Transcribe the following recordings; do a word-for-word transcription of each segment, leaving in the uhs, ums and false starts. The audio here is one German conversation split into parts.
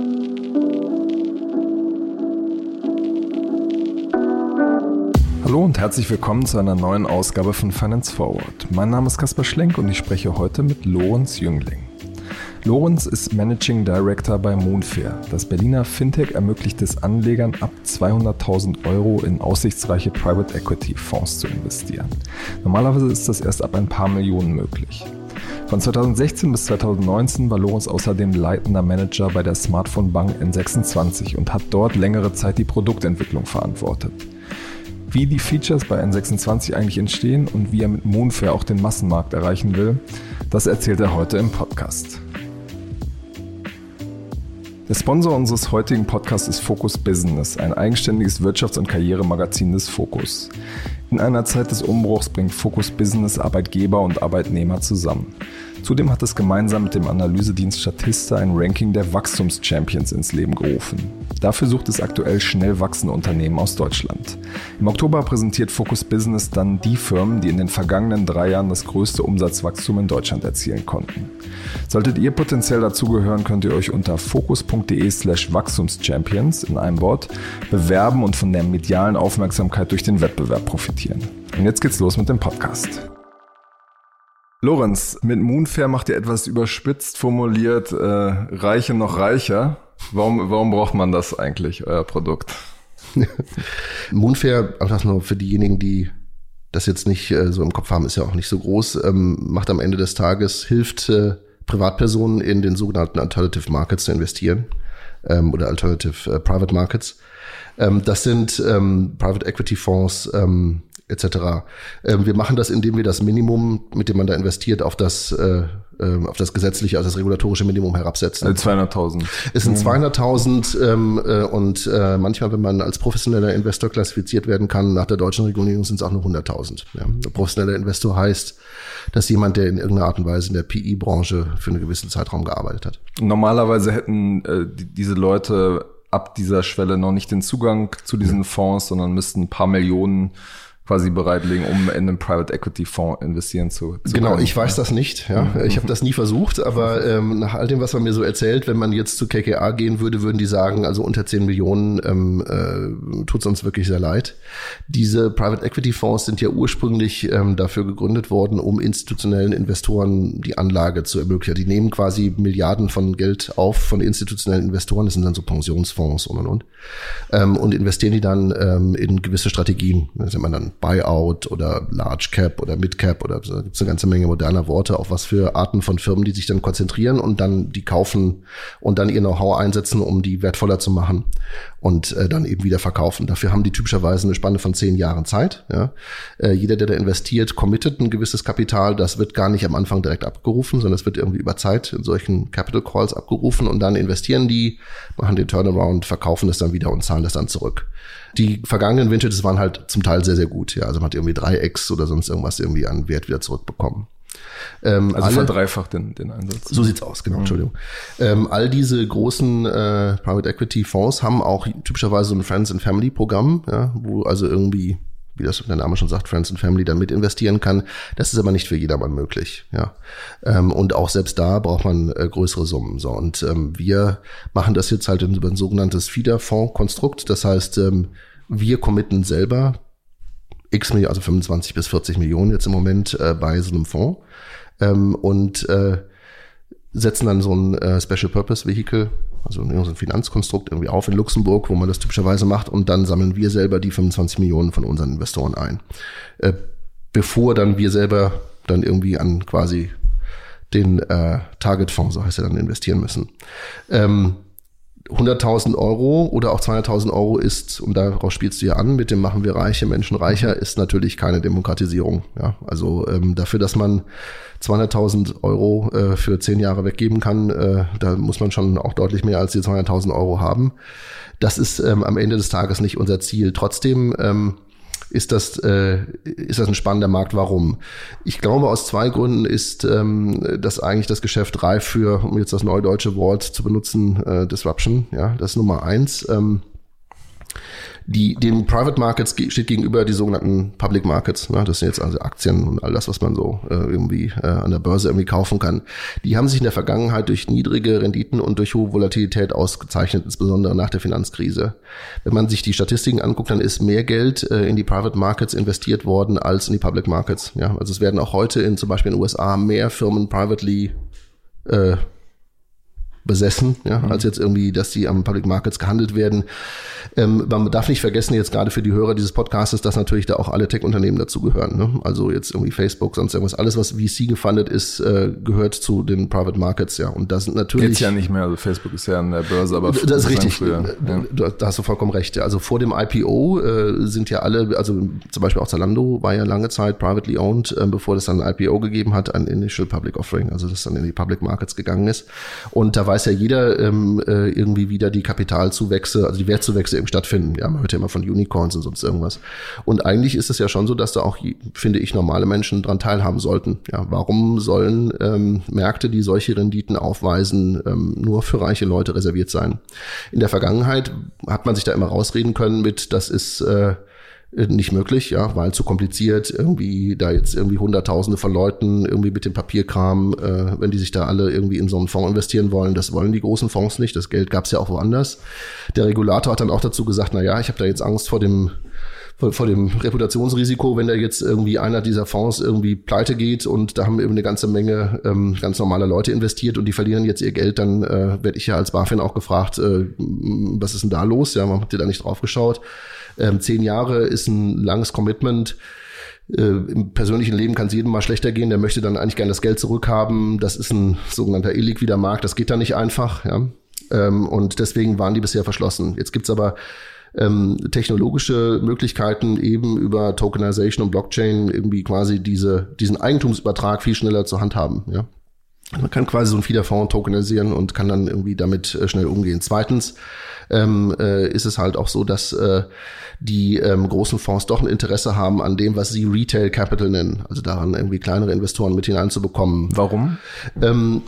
Hallo und herzlich willkommen zu einer neuen Ausgabe von Finance Forward. Mein Name ist Kaspar Schlenk und ich spreche heute mit Lorenz Jüngling. Lorenz ist Managing Director bei Moonfair. Das Berliner Fintech ermöglicht es Anlegern ab zweihunderttausend Euro in aussichtsreiche Private Equity Fonds zu investieren. Normalerweise ist das erst ab ein paar Millionen möglich. Von zweitausendsechzehn bis zweitausendneunzehn war Lorenz außerdem leitender Manager bei der Smartphone-Bank N sechsundzwanzig und hat dort längere Zeit die Produktentwicklung verantwortet. Wie die Features bei N sechsundzwanzig eigentlich entstehen und wie er mit Moonfair auch den Massenmarkt erreichen will, das erzählt er heute im Podcast. Der Sponsor unseres heutigen Podcasts ist Focus Business, ein eigenständiges Wirtschafts- und Karrieremagazin des Focus. In einer Zeit des Umbruchs bringt Focus Business Arbeitgeber und Arbeitnehmer zusammen. Zudem hat es gemeinsam mit dem Analysedienst Statista ein Ranking der Wachstumschampions ins Leben gerufen. Dafür sucht es aktuell schnell wachsende Unternehmen aus Deutschland. Im Oktober präsentiert Focus Business dann die Firmen, die in den vergangenen drei Jahren das größte Umsatzwachstum in Deutschland erzielen konnten. Solltet ihr potenziell dazugehören, könnt ihr euch unter focus.de slash Wachstumschampions in einem Wort bewerben und von der medialen Aufmerksamkeit durch den Wettbewerb profitieren. Und jetzt geht's los mit dem Podcast. Lorenz, mit Moonfair macht ihr etwas überspitzt formuliert, äh, Reiche noch reicher. Warum, warum braucht man das eigentlich, euer Produkt? Moonfair, einfach nur für diejenigen, die das jetzt nicht äh, so im Kopf haben, ist ja auch nicht so groß, ähm, macht am Ende des Tages, hilft äh, Privatpersonen in den sogenannten Alternative Markets zu investieren ähm, oder Alternative äh, Private Markets. Ähm, das sind ähm, Private Equity Fonds, ähm, et cetera. Ähm, wir machen das, indem wir das Minimum, mit dem man da investiert, auf das äh, äh, auf das gesetzliche, also das regulatorische Minimum herabsetzen. Also zweihunderttausend. Es sind zweihunderttausend ähm, äh, und äh, manchmal, wenn man als professioneller Investor klassifiziert werden kann, nach der deutschen Regulierung sind es auch nur hunderttausend. Ja. Ein professioneller Investor heißt, dass jemand, der in irgendeiner Art und Weise in der P I-Branche für einen gewissen Zeitraum gearbeitet hat. Normalerweise hätten äh, die, diese Leute ab dieser Schwelle noch nicht den Zugang zu diesen Fonds, sondern müssten ein paar Millionen quasi bereitlegen, um in einen Private Equity Fonds investieren zu, zu Genau, können. ich weiß das nicht. Ja, mhm. Ich habe das nie versucht, aber ähm, nach all dem, was man mir so erzählt, wenn man jetzt zu K K R gehen würde, würden die sagen, also unter zehn Millionen ähm, äh, tut es uns wirklich sehr leid. Diese Private Equity Fonds sind ja ursprünglich ähm, dafür gegründet worden, um institutionellen Investoren die Anlage zu ermöglichen. Die nehmen quasi Milliarden von Geld auf von institutionellen Investoren, das sind dann so Pensionsfonds und und und, ähm, und investieren die dann ähm, in gewisse Strategien. Das nennt man dann Buyout oder Large Cap oder Mid Cap oder da gibt es eine ganze Menge moderner Worte, auf was für Arten von Firmen, die sich dann konzentrieren und dann die kaufen und dann ihr Know-how einsetzen, um die wertvoller zu machen und äh, dann eben wieder verkaufen. Dafür haben die typischerweise eine Spanne von zehn Jahren Zeit. Ja. Äh, jeder, der da investiert, committet ein gewisses Kapital. Das wird gar nicht am Anfang direkt abgerufen, sondern es wird irgendwie über Zeit in solchen Capital Calls abgerufen und dann investieren die, machen den Turnaround, verkaufen es dann wieder und zahlen das dann zurück. Die vergangenen Vintages waren halt zum Teil sehr, sehr gut. Ja, also man hat irgendwie drei X oder sonst irgendwas irgendwie an Wert wieder zurückbekommen. Ähm, also alle, verdreifacht den, den Einsatz. So sieht's aus, genau, mhm. Entschuldigung. Ähm, all diese großen äh, Private Equity Fonds haben auch typischerweise so ein Friends and Family Programm, ja, wo also irgendwie, wie das der Name schon sagt, Friends and Family dann mit investieren kann. Das ist aber nicht für jedermann möglich, ja. Ähm, und auch selbst da braucht man äh, größere Summen. So, und ähm, wir machen das jetzt halt über ein sogenanntes Feeder-Fonds-Konstrukt. Das heißt, ähm, wir committen selber x Millionen, also fünfundzwanzig bis vierzig Millionen jetzt im Moment äh, bei so einem Fonds ähm, und äh, setzen dann so ein äh, Special Purpose Vehicle, also so ein Finanzkonstrukt irgendwie auf in Luxemburg, wo man das typischerweise macht und dann sammeln wir selber die fünfundzwanzig Millionen von unseren Investoren ein. Äh, bevor dann wir selber dann irgendwie an quasi den äh, Target-Fonds, so heißt er, dann investieren müssen. Ähm, hunderttausend Euro oder auch zweihunderttausend Euro ist, und darauf spielst du ja an, mit dem machen wir reiche Menschen reicher, ist natürlich keine Demokratisierung. Ja, also ähm, dafür, dass man zweihunderttausend Euro äh, für zehn Jahre weggeben kann, äh, da muss man schon auch deutlich mehr als die zweihunderttausend Euro haben. Das ist ähm, am Ende des Tages nicht unser Ziel. Trotzdem ähm, ist das äh, ist das ein spannender Markt. Warum? Ich glaube, aus zwei Gründen ist ähm, das eigentlich das Geschäft reif für, um jetzt das neudeutsche Wort zu benutzen, äh, Disruption. Ja, das ist Nummer eins. Ähm, Die, den Private Markets steht gegenüber die sogenannten Public Markets. Ne? Das sind jetzt also Aktien und all das, was man so äh, irgendwie äh, an der Börse irgendwie kaufen kann. Die haben sich in der Vergangenheit durch niedrige Renditen und durch hohe Volatilität ausgezeichnet, insbesondere nach der Finanzkrise. Wenn man sich die Statistiken anguckt, dann ist mehr Geld äh, in die Private Markets investiert worden als in die Public Markets. Ja? Also es werden auch heute in zum Beispiel in den U S A mehr Firmen privately äh, besessen, ja, mhm. als jetzt irgendwie, dass die am Public Markets gehandelt werden. Ähm, man darf nicht vergessen, jetzt gerade für die Hörer dieses Podcasts, dass natürlich da auch alle Tech-Unternehmen dazugehören. Ne? Also jetzt irgendwie Facebook, sonst irgendwas. Alles, was V C gefundet ist, äh, gehört zu den Private Markets, ja. Und da sind natürlich... Jetzt ja nicht mehr, also Facebook ist ja an der Börse, aber... Das ist richtig, früher, ja. da, da hast du vollkommen recht. Also vor dem I P O äh, sind ja alle, also zum Beispiel auch Zalando war ja lange Zeit privately owned, äh, bevor das dann ein I P O gegeben hat, ein Initial Public Offering, also das dann in die Public Markets gegangen ist. Und da weiß ja jeder ähm, äh, irgendwie wieder die Kapitalzuwächse, also die Wertzuwächse eben stattfinden. Ja, man hört ja immer von Unicorns und sonst irgendwas. Und eigentlich ist es ja schon so, dass da auch, finde ich, normale Menschen dran teilhaben sollten. Ja, warum sollen ähm, Märkte, die solche Renditen aufweisen, ähm, nur für reiche Leute reserviert sein? In der Vergangenheit hat man sich da immer rausreden können mit, das ist äh, nicht möglich, ja, weil zu kompliziert, irgendwie da jetzt irgendwie Hunderttausende von Leuten irgendwie mit dem Papierkram, äh, wenn die sich da alle irgendwie in so einen Fonds investieren wollen, das wollen die großen Fonds nicht, das Geld gab's ja auch woanders. Der Regulator hat dann auch dazu gesagt, na ja, ich habe da jetzt Angst vor dem vor, vor dem Reputationsrisiko, wenn da jetzt irgendwie einer dieser Fonds irgendwie pleite geht und da haben eben eine ganze Menge ähm, ganz normale Leute investiert und die verlieren jetzt ihr Geld, dann äh, werde ich ja als BaFin auch gefragt, äh, was ist denn da los? Ja, man hat dir da nicht drauf geschaut. Ähm, zehn Jahre ist ein langes Commitment. Äh, im persönlichen Leben kann es jedem mal schlechter gehen. Der möchte dann eigentlich gerne das Geld zurückhaben. Das ist ein sogenannter illiquider Markt. Das geht da nicht einfach. Ja? Ähm, und deswegen waren die bisher verschlossen. Jetzt gibt's aber ähm, technologische Möglichkeiten, eben über Tokenization und Blockchain irgendwie quasi diese diesen Eigentumsübertrag viel schneller zur Hand haben. Ja? Man kann quasi so einen Fiat-Fonds tokenisieren und kann dann irgendwie damit äh, schnell umgehen. Zweitens ähm, äh, ist es halt auch so, dass äh, die ähm, großen Fonds doch ein Interesse haben an dem, was sie Retail Capital nennen. Also daran irgendwie kleinere Investoren mit hineinzubekommen. Warum? Ähm,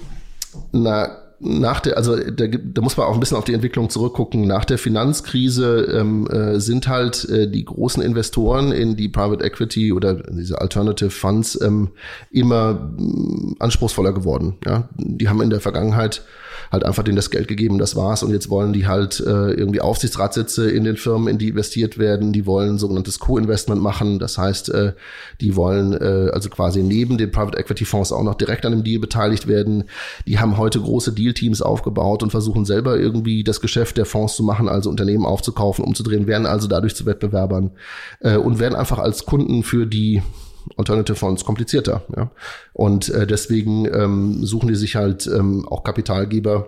na, nach der, also da, da muss man auch ein bisschen auf die Entwicklung zurückgucken. Nach der Finanzkrise ähm, äh, sind halt äh, die großen Investoren in die Private Equity oder diese Alternative Funds ähm, immer äh, anspruchsvoller geworden. Ja, die haben in der Vergangenheit halt einfach denen das Geld gegeben, das war's. Und jetzt wollen die halt äh, irgendwie Aufsichtsratssitze in den Firmen, in die investiert werden. Die wollen sogenanntes Co-Investment machen. Das heißt, äh, die wollen äh, also quasi neben den Private Equity Fonds auch noch direkt an dem Deal beteiligt werden. Die haben heute große Deal-Teams aufgebaut und versuchen selber irgendwie das Geschäft der Fonds zu machen, also Unternehmen aufzukaufen, umzudrehen, werden also dadurch zu Wettbewerbern äh, und werden einfach als Kunden für die Alternative Fonds komplizierter, ja. Und äh, deswegen ähm, suchen die sich halt ähm, auch Kapitalgeber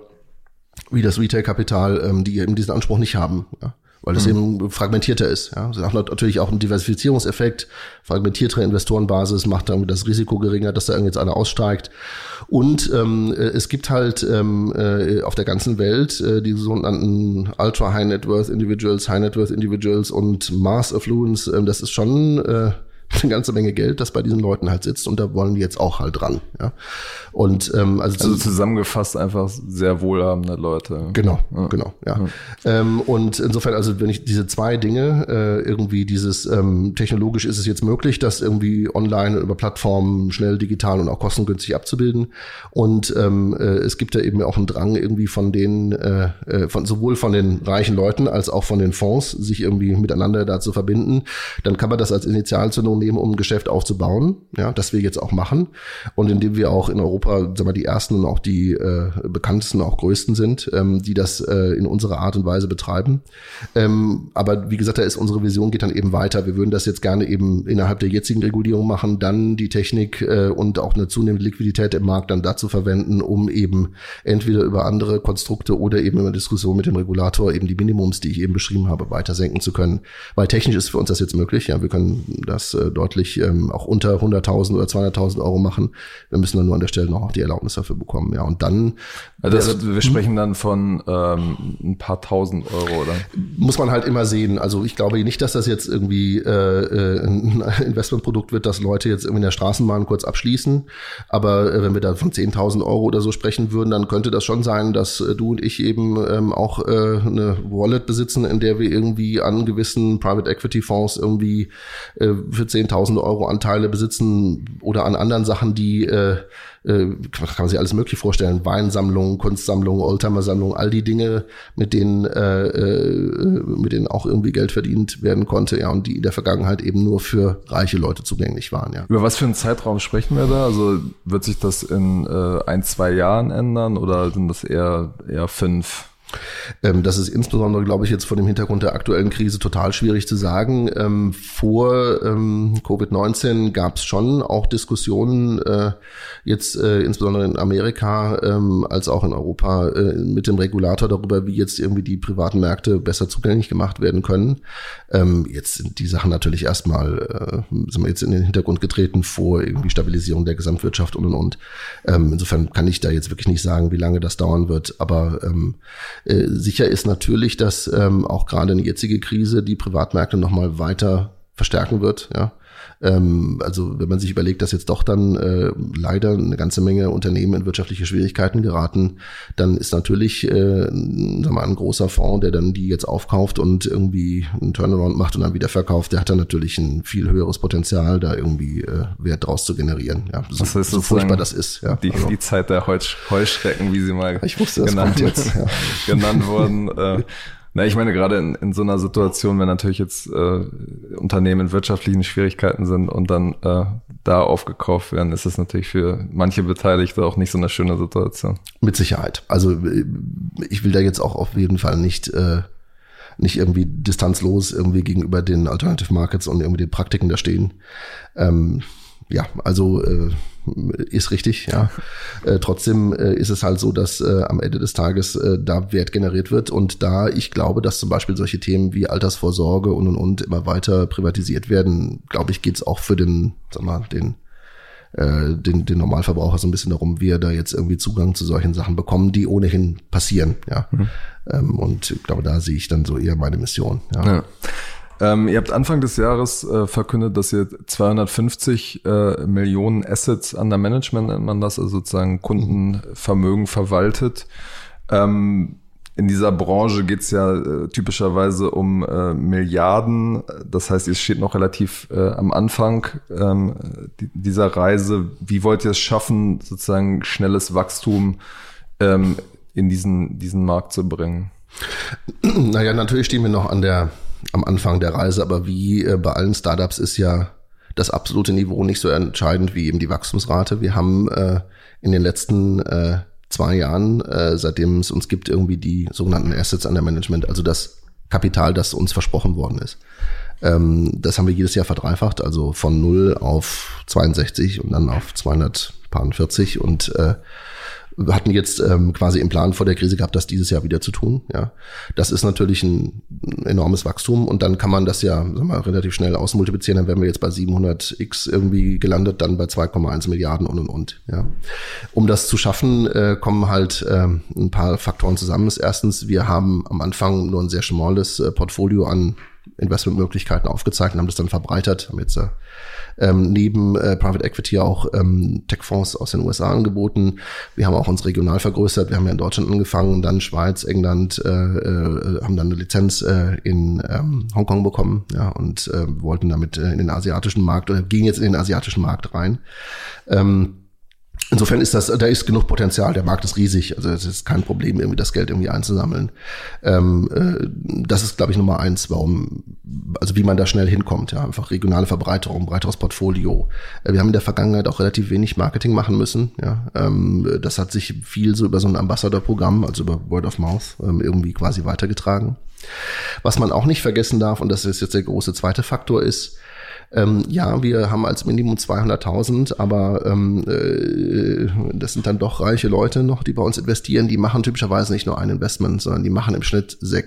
wie das Retail-Kapital, ähm, die eben diesen Anspruch nicht haben, ja. Weil es mhm. eben fragmentierter ist. Ja. Es hat natürlich auch einen Diversifizierungseffekt. Fragmentiertere Investorenbasis macht dann das Risiko geringer, dass da irgendwie jetzt einer aussteigt. Und ähm, es gibt halt ähm, äh, auf der ganzen Welt äh, die sogenannten Ultra High Net Worth Individuals, High Net Worth Individuals und Mass Affluence. Ähm, das ist schon äh, eine ganze Menge Geld, das bei diesen Leuten halt sitzt und da wollen die jetzt auch halt dran. Ja. Und ähm, also, also zusammengefasst einfach sehr wohlhabende Leute. Genau, ja. genau, ja. ja. Ähm, und insofern, also wenn ich diese zwei Dinge äh, irgendwie dieses ähm, technologisch ist es jetzt möglich, das irgendwie online über Plattformen schnell, digital und auch kostengünstig abzubilden. Und ähm, äh, es gibt ja eben auch einen Drang irgendwie von den äh, von sowohl von den reichen Leuten als auch von den Fonds, sich irgendwie miteinander da zu verbinden. Dann kann man das als Initialzündung nehmen, um ein Geschäft aufzubauen, ja, das wir jetzt auch machen und indem wir auch in Europa, sagen wir, die ersten und auch die äh, bekanntesten, auch größten sind, ähm, die das äh, in unserer Art und Weise betreiben. Ähm, aber wie gesagt, da ist unsere Vision geht dann eben weiter. Wir würden das jetzt gerne eben innerhalb der jetzigen Regulierung machen, dann die Technik äh, und auch eine zunehmende Liquidität im Markt dann dazu verwenden, um eben entweder über andere Konstrukte oder eben in der Diskussion mit dem Regulator eben die Minimums, die ich eben beschrieben habe, weiter senken zu können. Weil technisch ist für uns das jetzt möglich. Ja, wir können das äh, äh, deutlich ähm, auch unter hunderttausend oder zweihunderttausend Euro machen. Wir müssen dann nur an der Stelle noch auch die Erlaubnis dafür bekommen. Ja, und dann also das, wäre, wir sprechen dann von ähm, ein paar tausend Euro, oder? Muss man halt immer sehen. Also ich glaube nicht, dass das jetzt irgendwie äh, ein Investmentprodukt wird, das Leute jetzt irgendwie in der Straßenbahn kurz abschließen. Aber äh, wenn wir da von zehntausend Euro oder so sprechen würden, dann könnte das schon sein, dass äh, du und ich eben ähm, auch äh, eine Wallet besitzen, in der wir irgendwie an gewissen Private Equity Fonds irgendwie äh, für zehntausend Euro Anteile besitzen oder an anderen Sachen, die äh, äh, kann man sich alles möglich vorstellen. Weinsammlungen, Kunstsammlungen, Oldtimer-Sammlungen, all die Dinge, mit denen äh, äh, mit denen auch irgendwie Geld verdient werden konnte, ja, und die in der Vergangenheit eben nur für reiche Leute zugänglich waren, ja. Über was für einen Zeitraum sprechen wir da? Also wird sich das in äh, ein, zwei Jahren ändern oder sind das eher eher fünf? Ähm, das ist insbesondere, glaube ich, jetzt vor dem Hintergrund der aktuellen Krise total schwierig zu sagen. Ähm, vor ähm, Covid neunzehn gab es schon auch Diskussionen, äh, jetzt äh, insbesondere in Amerika ähm, als auch in Europa äh, mit dem Regulator darüber, wie jetzt irgendwie die privaten Märkte besser zugänglich gemacht werden können. Ähm, jetzt sind die Sachen natürlich erstmal, äh, sind wir jetzt in den Hintergrund getreten vor irgendwie Stabilisierung der Gesamtwirtschaft und und und. Ähm, insofern kann ich da jetzt wirklich nicht sagen, wie lange das dauern wird, aber ähm, Äh, sicher ist natürlich, dass ähm, auch gerade eine jetzige Krise die Privatmärkte nochmal weiter verstärken wird. Ja, ähm, also wenn man sich überlegt, dass jetzt doch dann äh, leider eine ganze Menge Unternehmen in wirtschaftliche Schwierigkeiten geraten, dann ist natürlich äh, sagen wir mal, ein großer Fonds, der dann die jetzt aufkauft und irgendwie einen Turnaround macht und dann wieder verkauft, der hat dann natürlich ein viel höheres Potenzial, da irgendwie äh, Wert draus zu generieren. Ja, so, das heißt, so furchtbar das ist. Ja, die, also. die Zeit der Heusch- Heuschrecken, wie sie mal ich wusste, das genannt, kommt jetzt, ja. genannt wurden. Äh, Na, ich meine, gerade in, in so einer Situation, wenn natürlich jetzt äh, Unternehmen in wirtschaftlichen Schwierigkeiten sind und dann äh, da aufgekauft werden, ist es natürlich für manche Beteiligte auch nicht so eine schöne Situation. Mit Sicherheit. Also ich will da jetzt auch auf jeden Fall nicht äh, nicht irgendwie distanzlos irgendwie gegenüber den Alternative Markets und irgendwie den Praktiken da stehen. Ähm, ja, also äh, ist richtig, ja. Äh, trotzdem äh, ist es halt so, dass äh, am Ende des Tages äh, da Wert generiert wird und da ich glaube, dass zum Beispiel solche Themen wie Altersvorsorge und und und immer weiter privatisiert werden, glaube ich, geht's auch für den, sag mal, den äh, den, den Normalverbraucher so ein bisschen darum, wie er da jetzt irgendwie Zugang zu solchen Sachen bekommen, die ohnehin passieren, ja. Mhm. Ähm, und ich glaube, da sehe ich dann so eher meine Mission, ja. Ja. Ähm, ihr habt Anfang des Jahres äh, verkündet, dass ihr zweihundertfünfzig äh, Millionen Assets under Management, nennt man das, also sozusagen Kundenvermögen verwaltet. Ähm, in dieser Branche geht's ja äh, typischerweise um äh, Milliarden. Das heißt, ihr steht noch relativ äh, am Anfang ähm, die, dieser Reise. Wie wollt ihr es schaffen, sozusagen schnelles Wachstum ähm, in diesen, diesen Markt zu bringen? Naja, natürlich stehen wir noch an der am Anfang der Reise, aber wie äh, bei allen Startups ist ja das absolute Niveau nicht so entscheidend wie eben die Wachstumsrate. Wir haben äh, in den letzten äh, zwei Jahren, äh, seitdem es uns gibt, irgendwie die sogenannten Assets under Management, also das Kapital, das uns versprochen worden ist. Ähm, das haben wir jedes Jahr verdreifacht, also von null auf zweiundsechzig und dann auf zweihundertvierzig und äh, wir hatten jetzt ähm, quasi im Plan vor der Krise gehabt, das dieses Jahr wieder zu tun. Ja, das ist natürlich ein enormes Wachstum und dann kann man das ja sag mal, relativ schnell ausmultiplizieren. Dann wären wir jetzt bei siebenhundert x irgendwie gelandet, dann bei zwei Komma eins Milliarden und und und. Ja, um das zu schaffen, äh, kommen halt äh, ein paar Faktoren zusammen. Erstens, wir haben am Anfang nur ein sehr schmales äh, Portfolio an Investmentmöglichkeiten aufgezeigt und haben das dann verbreitert. Haben jetzt äh, ähm, neben äh, Private Equity auch ähm, Tech-Fonds aus den U S A angeboten. Wir haben auch uns regional vergrößert. Wir haben ja in Deutschland angefangen, dann Schweiz, England, äh, äh, haben dann eine Lizenz äh, in ähm, Hongkong bekommen, ja, und äh, wollten damit äh, in den asiatischen Markt oder gehen jetzt in den asiatischen Markt rein. Ähm, Insofern ist das, da ist genug Potenzial, der Markt ist riesig, also es ist kein Problem, irgendwie das Geld irgendwie einzusammeln. Ähm, äh, das ist, glaube ich, Nummer eins, warum, also wie man da schnell hinkommt, ja, einfach regionale Verbreiterung, breiteres Portfolio. Äh, wir haben in der Vergangenheit auch relativ wenig Marketing machen müssen, ja. Ähm, das hat sich viel so über so ein Ambassador-Programm, also über Word of Mouth, ähm, irgendwie quasi weitergetragen. Was man auch nicht vergessen darf, und das ist jetzt der große zweite Faktor, ist, Ähm, ja, wir haben als Minimum zweihunderttausend, aber ähm, äh, das sind dann doch reiche Leute noch, die bei uns investieren. Die machen typischerweise nicht nur ein Investment, sondern die machen im Schnitt sechs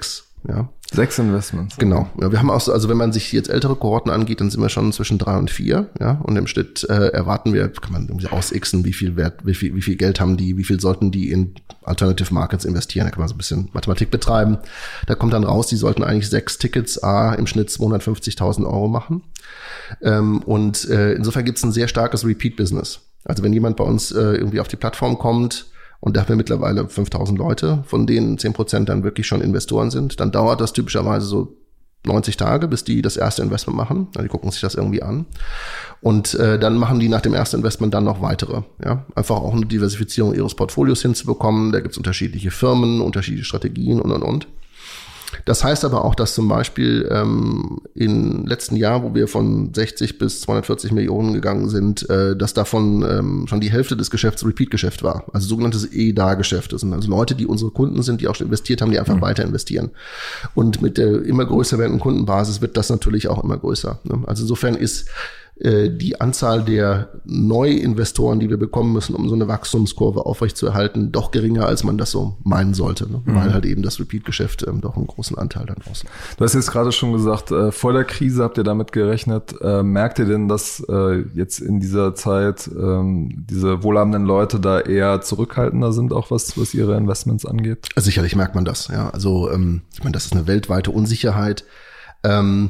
Ja. Sechs Investments. Genau. Ja, wir haben auch, also wenn man sich jetzt ältere Kohorten angeht, dann sind wir schon zwischen drei und vier. Ja. Und im Schnitt äh, erwarten wir, kann man irgendwie ausixen, wie viel Wert, wie viel, wie viel Geld haben die, wie viel sollten die in Alternative Markets investieren. Da kann man so ein bisschen Mathematik betreiben. Da kommt dann raus, die sollten eigentlich sechs Tickets A im Schnitt zweihundertfünfzigtausend Euro machen. Ähm, und äh, insofern gibt es ein sehr starkes Repeat-Business. Also wenn jemand bei uns äh, irgendwie auf die Plattform kommt, und da haben wir mittlerweile fünftausend Leute, von denen zehn Prozent dann wirklich schon Investoren sind, dann dauert das typischerweise so neunzig Tage, bis die das erste Investment machen. Die gucken sich das irgendwie an. Und äh, dann machen die nach dem ersten Investment dann noch weitere. Ja? Einfach auch eine Diversifizierung ihres Portfolios hinzubekommen. Da gibt es unterschiedliche Firmen, unterschiedliche Strategien und, und, und. Das heißt aber auch, dass zum Beispiel ähm, im letzten Jahr, wo wir von sechzig bis zweihundertvierzig Millionen gegangen sind, äh, dass davon ähm, schon die Hälfte des Geschäfts Repeat-Geschäft war. Also sogenanntes E D A-Geschäft. Das sind also Leute, die unsere Kunden sind, die auch schon investiert haben, die einfach mhm. weiter investieren. Und mit der immer größer werdenden Kundenbasis wird das natürlich auch immer größer. Ne? Also insofern ist die Anzahl der Neuinvestoren, die wir bekommen müssen, um so eine Wachstumskurve aufrechtzuerhalten, doch geringer, als man das so meinen sollte, ne? mhm. weil halt eben das Repeat-Geschäft ähm, doch einen großen Anteil dann ausmacht. Du hast jetzt gerade schon gesagt, äh, vor der Krise habt ihr damit gerechnet. Äh, merkt ihr denn, dass äh, jetzt in dieser Zeit ähm, diese wohlhabenden Leute da eher zurückhaltender sind, auch was was ihre Investments angeht? Also sicherlich merkt man das. Ja, also ähm, ich meine, das ist eine weltweite Unsicherheit. Ähm,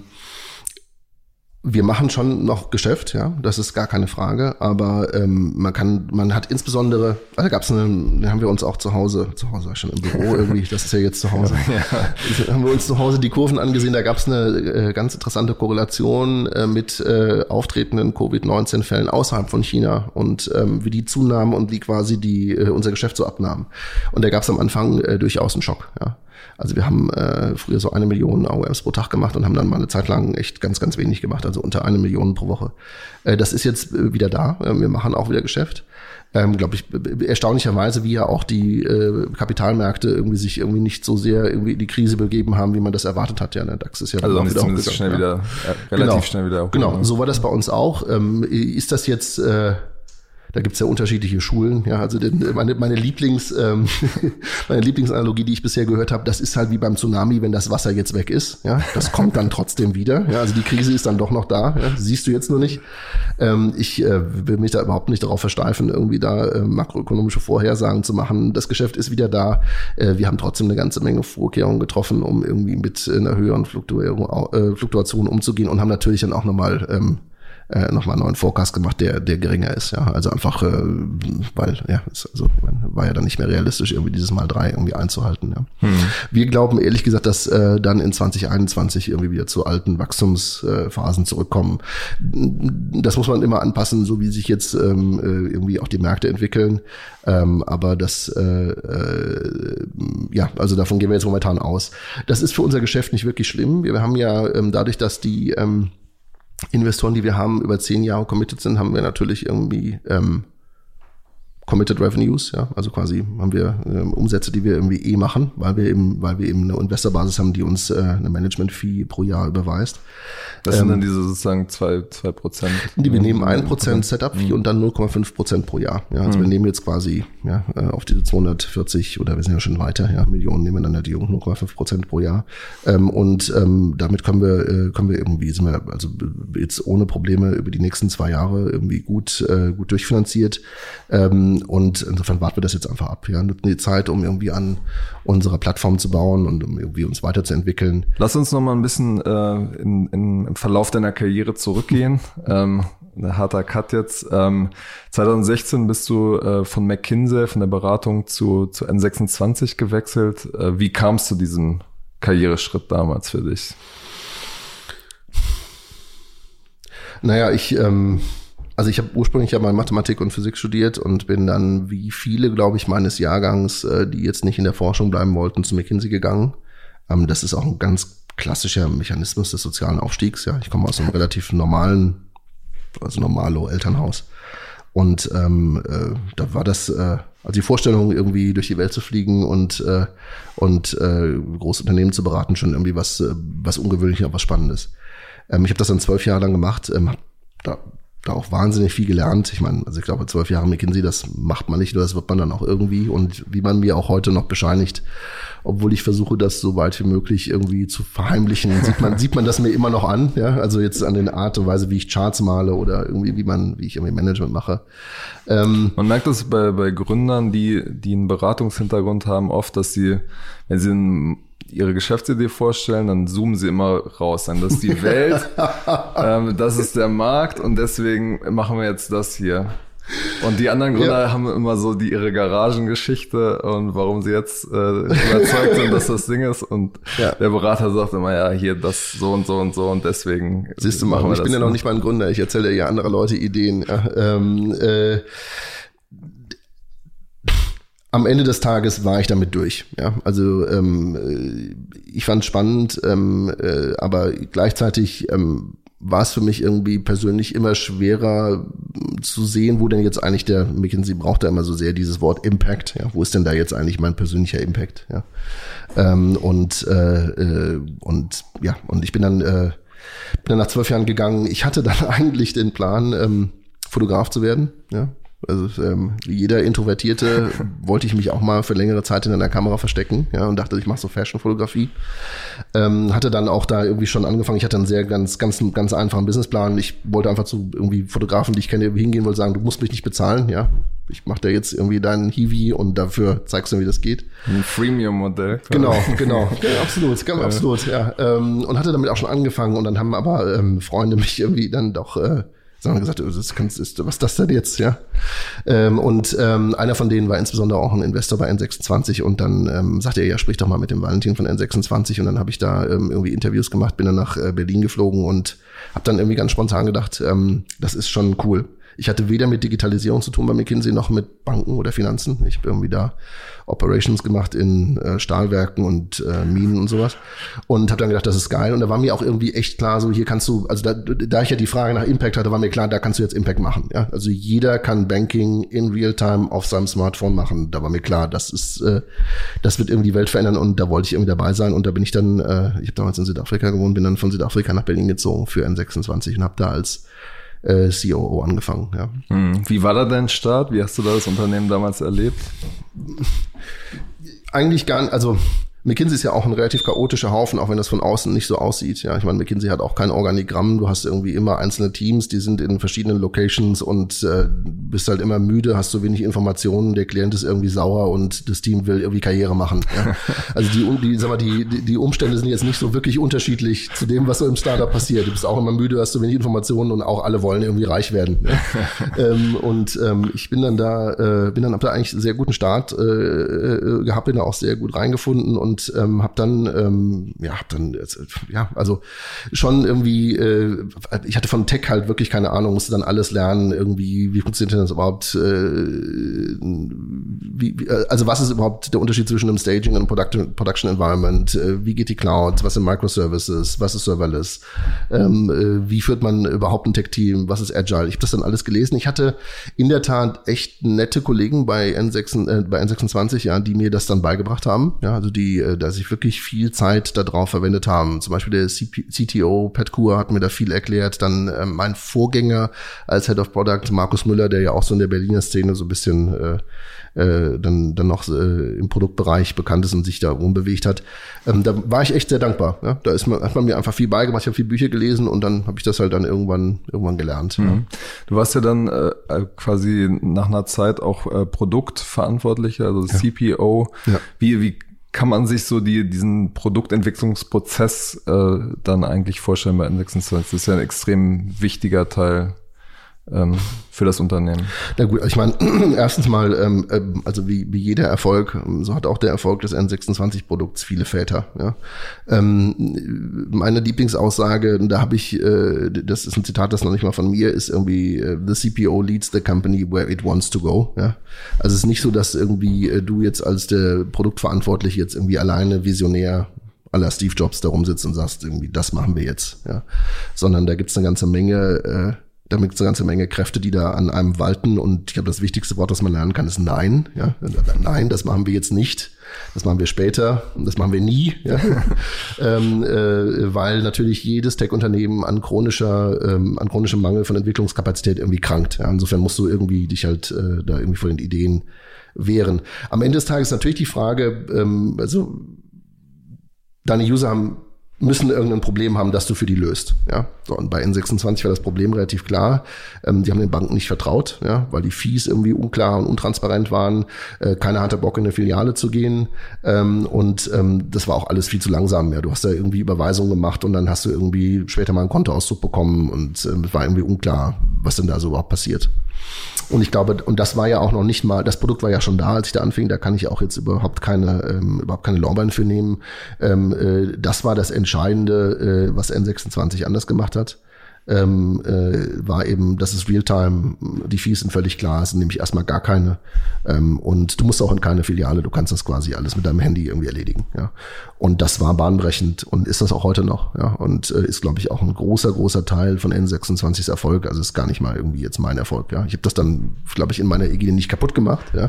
Wir machen schon noch Geschäft, ja, das ist gar keine Frage, aber ähm, man kann, man hat insbesondere, da gab's eine, da haben wir uns auch zu Hause, zu Hause schon im Büro irgendwie, das ist ja jetzt zu Hause, ja. haben wir uns zu Hause die Kurven angesehen, da gab's eine äh, ganz interessante Korrelation äh, mit äh, auftretenden Covid neunzehn Fällen außerhalb von China und ähm, wie die zunahmen und wie quasi die äh, unser Geschäft so abnahmen. Und da gab's am Anfang äh, durchaus einen Schock, ja. Also wir haben äh, früher so eine Million A O Ms pro Tag gemacht und haben dann mal eine Zeit lang echt ganz, ganz wenig gemacht, also unter eine Million pro Woche. Äh, das ist jetzt äh, wieder da. Äh, wir machen auch wieder Geschäft. Ähm, glaube ich, erstaunlicherweise, wie ja auch die äh, Kapitalmärkte irgendwie sich irgendwie nicht so sehr irgendwie in die Krise begeben haben, wie man das erwartet hat. Ja, der DAX ist ja also auch wieder zumindest schnell ja. wieder, äh, relativ genau. schnell wieder. Genau, so war das bei uns auch. Ähm, ist das jetzt äh, Da gibt's ja unterschiedliche Schulen. Ja, also den, meine, meine Lieblings, ähm, meine Lieblingsanalogie, die ich bisher gehört habe, das ist halt wie beim Tsunami, wenn das Wasser jetzt weg ist. Ja, das kommt dann trotzdem wieder. Ja, also die Krise ist dann doch noch da. Ja, siehst du jetzt nur nicht. Ähm, ich äh, will mich da überhaupt nicht darauf versteifen, irgendwie da äh, makroökonomische Vorhersagen zu machen. Das Geschäft ist wieder da. Äh, wir haben trotzdem eine ganze Menge Vorkehrungen getroffen, um irgendwie mit einer höheren Fluktuierung, äh, Fluktuation umzugehen und haben natürlich dann auch nochmal ähm, Äh, nochmal einen neuen Forecast gemacht, der der geringer ist, ja, also einfach, äh, weil, ja, ist, also war ja dann nicht mehr realistisch, irgendwie dieses Mal drei irgendwie einzuhalten, ja. Hm. Wir glauben ehrlich gesagt, dass äh, dann in zwanzig einundzwanzig irgendwie wieder zu alten Wachstumsphasen zurückkommen. Das muss man immer anpassen, so wie sich jetzt ähm, irgendwie auch die Märkte entwickeln, ähm, aber das, äh, äh, ja, also davon gehen wir jetzt momentan aus. Das ist für unser Geschäft nicht wirklich schlimm. Wir haben ja ähm, dadurch, dass die ähm, Investoren, die wir haben, über zehn Jahre committed sind, haben wir natürlich irgendwie ähm, Committed Revenues, ja, also quasi haben wir ähm, Umsätze, die wir irgendwie eh machen, weil wir eben, weil wir eben eine Investorbasis haben, die uns äh, eine Management-Fee pro Jahr überweist. Das ähm, sind dann diese sozusagen zwei, zwei Prozent. Die wir nehmen ein Prozent Setup-Fee mhm. und dann null Komma fünf Prozent pro Jahr. Ja, also mhm. wir nehmen jetzt quasi ja auf diese zweihundertvierzig oder wir sind ja schon weiter, ja, Millionen nehmen dann die null Komma fünf Prozent pro Jahr. Ähm, und ähm, damit können wir äh, können wir irgendwie sind wir also jetzt ohne Probleme über die nächsten zwei Jahre irgendwie gut äh, gut durchfinanziert. Ähm, Und insofern warten wir das jetzt einfach ab. Ja, nutzen die Zeit, um irgendwie an unserer Plattform zu bauen und um irgendwie uns weiterzuentwickeln. Lass uns noch mal ein bisschen äh, in, in, im Verlauf deiner Karriere zurückgehen. ähm, ein harter Cut jetzt. Ähm, zwanzig sechzehn bist du äh, von McKinsey, von der Beratung zu, zu N sechsundzwanzig gewechselt. Äh, wie kam es zu diesem Karriereschritt damals für dich? Naja, ich... Ähm Also ich habe ursprünglich ja mal Mathematik und Physik studiert und bin dann, wie viele, glaube ich, meines Jahrgangs, äh, die jetzt nicht in der Forschung bleiben wollten, zu McKinsey gegangen. Ähm, das ist auch ein ganz klassischer Mechanismus des sozialen Aufstiegs. Ja, ich komme aus einem relativ normalen, also normalo Elternhaus. Und ähm, äh, da war das, äh, also die Vorstellung, irgendwie durch die Welt zu fliegen und äh, und äh, große Unternehmen zu beraten, schon irgendwie was äh, was Ungewöhnliches, was Spannendes. Ähm, ich habe das dann zwölf Jahre lang gemacht. Ähm, da da auch wahnsinnig viel gelernt. Ich meine, also ich glaube, zwölf Jahre McKinsey, das macht man nicht, oder das wird man dann auch irgendwie. Und wie man mir auch heute noch bescheinigt, obwohl ich versuche, das so weit wie möglich irgendwie zu verheimlichen. Sieht man, sieht man das mir immer noch an, ja, also jetzt an der Art und Weise, wie ich Charts male oder irgendwie, wie man, wie ich irgendwie Management mache. Ähm, man merkt das bei, bei Gründern, die, die einen Beratungshintergrund haben, oft, dass sie, wenn sie einen ihre Geschäftsidee vorstellen, dann zoomen sie immer raus. Dann, das ist die Welt, ähm, das ist der Markt und deswegen machen wir jetzt das hier. Und die anderen Gründer ja. haben immer so die ihre Garagengeschichte und warum sie jetzt äh, überzeugt sind, dass das Ding ist. Und ja. der Berater sagt immer, ja, hier das so und so und so und deswegen siehst du, machen wir ich das. Ich bin ja noch nicht mal ein Gründer, ich erzähle ja andere Leute Ideen. Ja, ähm, äh, Am Ende des Tages war ich damit durch. Ja, also ähm, ich fand es spannend, ähm, äh, aber gleichzeitig ähm, war es für mich irgendwie persönlich immer schwerer zu sehen, wo denn jetzt eigentlich der McKinsey braucht da immer so sehr dieses Wort Impact. Ja, wo ist denn da jetzt eigentlich mein persönlicher Impact? Ja, ähm, und äh, äh, und ja und ich bin dann äh, bin dann nach zwölf Jahren gegangen. Ich hatte dann eigentlich den Plan, ähm, Fotograf zu werden. Ja. Also ähm, wie jeder Introvertierte wollte ich mich auch mal für längere Zeit in einer Kamera verstecken, ja, und dachte, ich mache so Fashion-Fotografie. Ähm, hatte dann auch da irgendwie schon angefangen. Ich hatte einen sehr ganz ganz ganz einfachen Businessplan. Ich wollte einfach zu irgendwie Fotografen, die ich kenne, hingehen, wollte sagen, du musst mich nicht bezahlen, ja. Ich mache da jetzt irgendwie deinen Hiwi und dafür zeigst du mir, wie das geht. Ein Freemium-Modell. Genau, genau, ja, absolut, ganz absolut, ja. Ähm, und hatte damit auch schon angefangen und dann haben aber ähm, Freunde mich irgendwie dann doch äh, sondern gesagt, das kannst, ist, was ist das denn jetzt, ja? Ähm, und ähm, einer von denen war insbesondere auch ein Investor bei N sechsundzwanzig und dann ähm, sagte er, ja, sprich doch mal mit dem Valentin von N sechsundzwanzig und dann habe ich da ähm, irgendwie Interviews gemacht, bin dann nach äh, Berlin geflogen und habe dann irgendwie ganz spontan gedacht, ähm, das ist schon cool. Ich hatte weder mit Digitalisierung zu tun bei McKinsey noch mit Banken oder Finanzen. Ich habe irgendwie da Operations gemacht in äh, Stahlwerken und äh, Minen und sowas und habe dann gedacht, das ist geil. Und da war mir auch irgendwie echt klar, so hier kannst du, also da, da ich ja die Frage nach Impact hatte, war mir klar, da kannst du jetzt Impact machen. Ja, also jeder kann Banking in Realtime auf seinem Smartphone machen. Da war mir klar, das ist, äh, das wird irgendwie die Welt verändern und da wollte ich irgendwie dabei sein. Und da bin ich dann, äh, ich habe damals in Südafrika gewohnt, bin dann von Südafrika nach Berlin gezogen für N sechsundzwanzig und habe da als C O O angefangen, ja. Wie war da dein Start? Wie hast du da das Unternehmen damals erlebt? Eigentlich gar nicht, also McKinsey ist ja auch ein relativ chaotischer Haufen, auch wenn das von außen nicht so aussieht. Ja, ich meine, McKinsey hat auch kein Organigramm. Du hast irgendwie immer einzelne Teams, die sind in verschiedenen Locations und äh, bist halt immer müde, hast so wenig Informationen. Der Klient ist irgendwie sauer und das Team will irgendwie Karriere machen. Ja. Also die, die, sag mal, die, die Umstände sind jetzt nicht so wirklich unterschiedlich zu dem, was so im Startup passiert. Du bist auch immer müde, hast so wenig Informationen und auch alle wollen irgendwie reich werden. Ja. ähm, und ähm, ich bin dann da, äh, bin dann hab da eigentlich einen sehr guten Start äh, gehabt, bin da auch sehr gut reingefunden und Und ähm, habe dann, ähm, ja, hab dann, ja, also schon irgendwie, äh, ich hatte von Tech halt wirklich keine Ahnung, musste dann alles lernen, irgendwie, wie funktioniert das überhaupt, äh, wie, also was ist überhaupt der Unterschied zwischen einem Staging und einem Production, Production Environment, äh, wie geht die Cloud, was sind Microservices, was ist Serverless, ähm, äh, wie führt man überhaupt ein Tech-Team, was ist Agile, ich habe das dann alles gelesen. Ich hatte in der Tat echt nette Kollegen bei N sechs, äh, bei N sechsundzwanzig, ja, die mir das dann beigebracht haben, ja, also die dass ich wirklich viel Zeit darauf verwendet haben. Zum Beispiel der C T O, Pat Kur, hat mir da viel erklärt. Dann äh, mein Vorgänger als Head of Product, Markus Müller, der ja auch so in der Berliner Szene so ein bisschen äh, äh, dann dann noch äh, im Produktbereich bekannt ist und sich da rumbewegt hat. Ähm, da war ich echt sehr dankbar. Ja? Da ist man, hat man mir einfach viel beigebracht. Ich habe viele Bücher gelesen und dann habe ich das halt dann irgendwann irgendwann gelernt. Mhm. Ja. Du warst ja dann äh, quasi nach einer Zeit auch äh, Produktverantwortlicher, also ja. C P O. Ja. Wie wie kann man sich so die diesen Produktentwicklungsprozess äh, dann eigentlich vorstellen bei N sechsundzwanzig? Das ist ja ein extrem wichtiger Teil ähm, für das Unternehmen. Na gut, ich meine, erstens mal, ähm, also wie, wie jeder Erfolg, so hat auch der Erfolg des N sechsundzwanzig-Produkts viele Väter. Ja. Ähm, meine Lieblingsaussage, da habe ich, äh, das ist ein Zitat, das noch nicht mal von mir ist, irgendwie, äh, the C P O leads the company where it wants to go. Ja. Also es ist nicht so, dass irgendwie äh, du jetzt als der Produktverantwortliche jetzt irgendwie alleine visionär à la Steve Jobs da rumsitzt und sagst, irgendwie, das machen wir jetzt. Ja. Sondern da gibt's eine ganze Menge, äh, Da gibt es eine ganze Menge Kräfte, die da an einem walten. Und ich glaube, das wichtigste Wort, das man lernen kann, ist Nein. Ja? Nein, das machen wir jetzt nicht. Das machen wir später. Das machen wir nie. Ja? ähm, äh, weil natürlich jedes Tech-Unternehmen an chronischer, ähm, an chronischem Mangel von Entwicklungskapazität irgendwie krankt. Ja? Insofern musst du irgendwie dich halt äh, da irgendwie vor den Ideen wären. Am Ende des Tages ist natürlich die Frage, ähm, also deine User haben müssen irgendein Problem haben, das du für die löst. Ja, so, und bei N sechsundzwanzig war das Problem relativ klar. Ähm, die haben den Banken nicht vertraut, ja, weil die Fees irgendwie unklar und untransparent waren. Äh, keiner hatte Bock, in eine Filiale zu gehen. Ähm, und ähm, das war auch alles viel zu langsam. Ja, du hast da irgendwie Überweisungen gemacht und dann hast du irgendwie später mal einen Kontoauszug bekommen und ähm, es war irgendwie unklar, was denn da so überhaupt passiert. Und ich glaube, und das war ja auch noch nicht mal, das Produkt war ja schon da, als ich da anfing, da kann ich auch jetzt überhaupt keine, ähm, überhaupt keine Lorbeeren für nehmen. Ähm, äh, das war das Entscheidende, äh, was N sechsundzwanzig anders gemacht hat. Ähm, äh, war eben, das ist Realtime, die Fees sind völlig klar, es sind nämlich erstmal gar keine. Ähm, und du musst auch in keine Filiale, du kannst das quasi alles mit deinem Handy irgendwie erledigen. Ja. Und das war bahnbrechend und ist das auch heute noch. Ja. Und äh, ist, glaube ich, auch ein großer, großer Teil von N sechsundzwanzigs Erfolg. Also ist gar nicht mal irgendwie jetzt mein Erfolg. Ja. Ich habe das dann, glaube ich, in meiner Ägide nicht kaputt gemacht. Ja.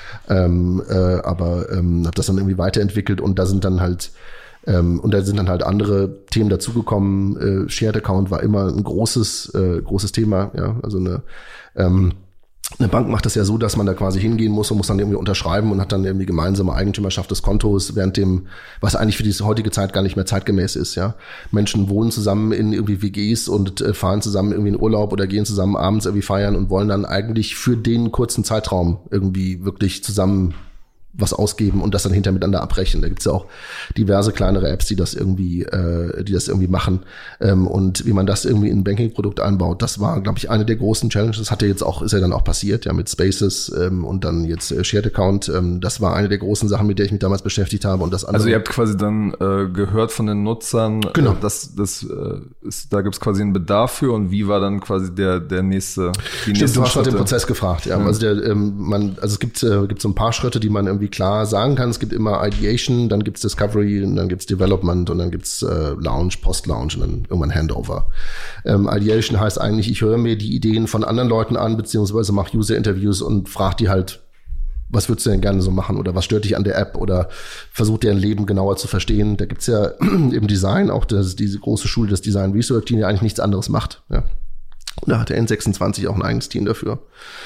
Ähm, äh, aber ähm, habe das dann irgendwie weiterentwickelt und da sind dann halt Ähm, und da sind dann halt andere Themen dazugekommen. Äh, Shared Account war immer ein großes, äh, großes Thema. Ja, also eine, ähm, eine Bank macht das ja so, dass man da quasi hingehen muss und muss dann irgendwie unterschreiben und hat dann irgendwie gemeinsame Eigentümerschaft des Kontos, während dem, was eigentlich für die heutige Zeit gar nicht mehr zeitgemäß ist. Ja, Menschen wohnen zusammen in irgendwie W Gs und äh, fahren zusammen irgendwie in Urlaub oder gehen zusammen abends irgendwie feiern und wollen dann eigentlich für den kurzen Zeitraum irgendwie wirklich zusammen was ausgeben und das dann hinterher miteinander abbrechen. Da gibt's ja auch diverse kleinere Apps, die das irgendwie, äh, die das irgendwie machen. Ähm, und wie man das irgendwie in ein Banking-Produkt einbaut, das war, glaube ich, eine der großen Challenges. Das hat ja jetzt auch, ist ja dann auch passiert, ja, mit Spaces ähm, und dann jetzt äh, Shared Account. Ähm, das war eine der großen Sachen, mit der ich mich damals beschäftigt habe. Und das andere. Also ihr habt quasi dann äh, gehört von den Nutzern, genau. äh, dass das äh, ist, da gibt's quasi einen Bedarf für und wie war dann quasi der der nächste. Die Stimmt, du hast nach dem Prozess gefragt. Ja, ja. Also der, ähm, man, also es gibt äh, gibt so ein paar Schritte, die man irgendwie klar sagen kann. Es gibt immer Ideation, dann gibt's Discovery, und dann gibt's Development und dann gibt's äh, Launch, Post-Launch und dann irgendwann Handover. Ähm, Ideation heißt eigentlich, ich höre mir die Ideen von anderen Leuten an, beziehungsweise mache User-Interviews und frage die halt, was würdest du denn gerne so machen oder was stört dich an der App oder versucht deren Leben genauer zu verstehen. Da gibt's ja im Design auch das, diese große Schule des Design Research, die ja eigentlich nichts anderes macht. Ja. Und da hat der N sechsundzwanzig auch ein eigenes Team dafür.